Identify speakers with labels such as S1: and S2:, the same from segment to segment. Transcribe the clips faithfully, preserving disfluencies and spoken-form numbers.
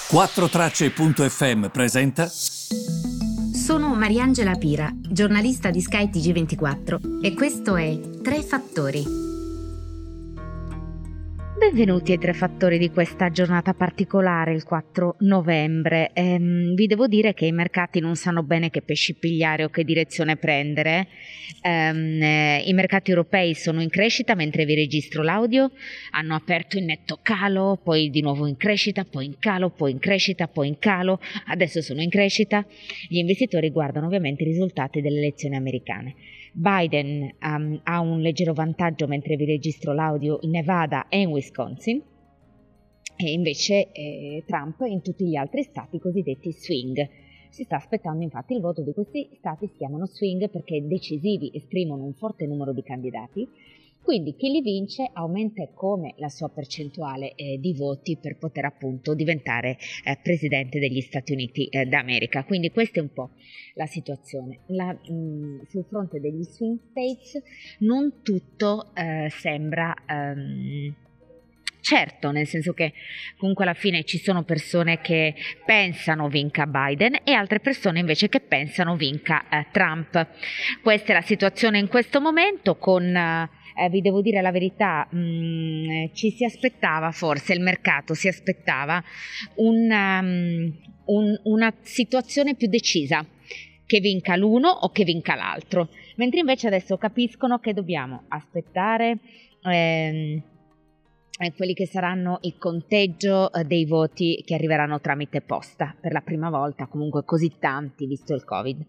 S1: quattro tracce punto effe emme presenta.
S2: Sono Mariangela Pira, giornalista di Sky T G ventiquattro e questo è Tre Fattori. Benvenuti ai Tre Fattori di questa giornata particolare, il quattro novembre. Ehm, vi devo dire che i mercati non sanno bene che pesci pigliare o che direzione prendere. Ehm, eh, I mercati europei sono in crescita mentre vi registro l'audio, hanno aperto in netto calo, poi di nuovo in crescita, poi in calo, poi in crescita, poi in calo, adesso sono in crescita. Gli investitori guardano ovviamente i risultati delle elezioni americane. Biden um, ha un leggero vantaggio mentre vi registro l'audio in Nevada e in Wisconsin e invece eh, Trump in tutti gli altri stati cosiddetti swing. Si sta aspettando infatti il voto di questi stati, si chiamano swing perché decisivi, esprimono un forte numero di candidati. Quindi chi li vince aumenta come la sua percentuale eh, di voti per poter appunto diventare eh, presidente degli Stati Uniti eh, d'America. Quindi questa è un po' la situazione. La, mh, sul fronte degli swing states non tutto eh, sembra um, certo, nel senso che comunque alla fine ci sono persone che pensano vinca Biden e altre persone invece che pensano vinca eh, Trump. Questa è la situazione in questo momento con... Uh, Eh, vi devo dire la verità, mh, ci si aspettava, forse il mercato si aspettava una, um, un, una situazione più decisa, che vinca l'uno o che vinca l'altro, mentre invece adesso capiscono che dobbiamo aspettare ehm, quelli che saranno il conteggio dei voti che arriveranno tramite posta per la prima volta, comunque così tanti visto il Covid.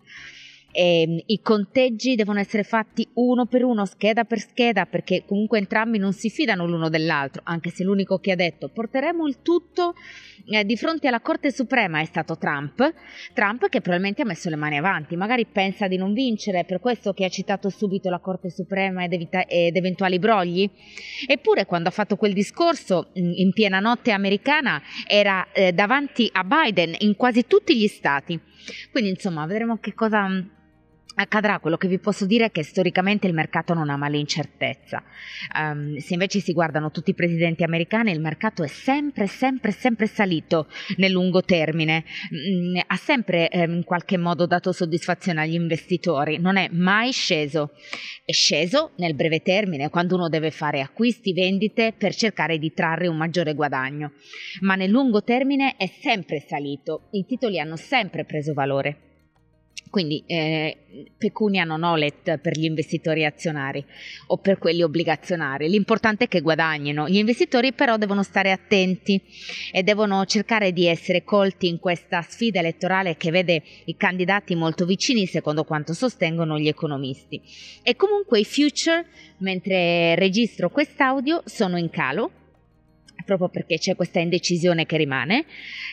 S2: E i conteggi devono essere fatti uno per uno, scheda per scheda, perché comunque entrambi non si fidano l'uno dell'altro, anche se l'unico che ha detto porteremo il tutto eh, di fronte alla Corte Suprema è stato Trump, Trump che probabilmente ha messo le mani avanti, magari pensa di non vincere, per questo che ha citato subito la Corte Suprema ed, evita- ed eventuali brogli. Eppure quando ha fatto quel discorso in piena notte americana era eh, davanti a Biden in quasi tutti gli stati, quindi insomma vedremo che cosa accadrà. Quello che vi posso dire è che storicamente il mercato non ama l'incertezza. Um, se invece si guardano tutti i presidenti americani, il mercato è sempre, sempre, sempre salito nel lungo termine, mm, ha sempre eh, in qualche modo dato soddisfazione agli investitori, non è mai sceso. È sceso nel breve termine, quando uno deve fare acquisti, vendite per cercare di trarre un maggiore guadagno, ma nel lungo termine è sempre salito, i titoli hanno sempre preso valore. Quindi eh, pecunia non olet per gli investitori azionari o per quelli obbligazionari, l'importante è che guadagnino. Gli investitori però devono stare attenti e devono cercare di essere colti in questa sfida elettorale che vede i candidati molto vicini secondo quanto sostengono gli economisti. E comunque i future, mentre registro quest'audio, sono in calo, proprio perché c'è questa indecisione che rimane.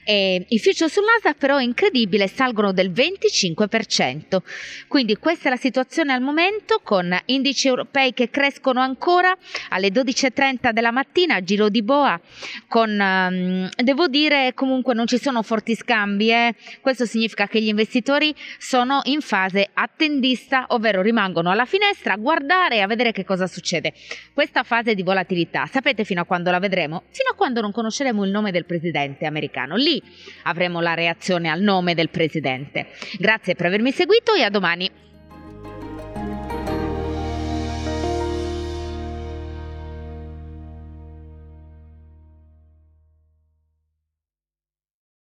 S2: E i future sul Nasdaq però è incredibile, salgono del venticinque per cento, quindi questa è la situazione al momento, con indici europei che crescono ancora alle dodici e trenta della mattina, giro di boa, con um, devo dire comunque non ci sono forti scambi, eh? Questo significa che gli investitori sono in fase attendista, ovvero rimangono alla finestra a guardare e a vedere che cosa succede. Questa fase di volatilità, sapete fino a quando la vedremo? Fino a quando non conosceremo il nome del presidente americano. Lì avremo la reazione al nome del presidente. Grazie per avermi seguito e a domani.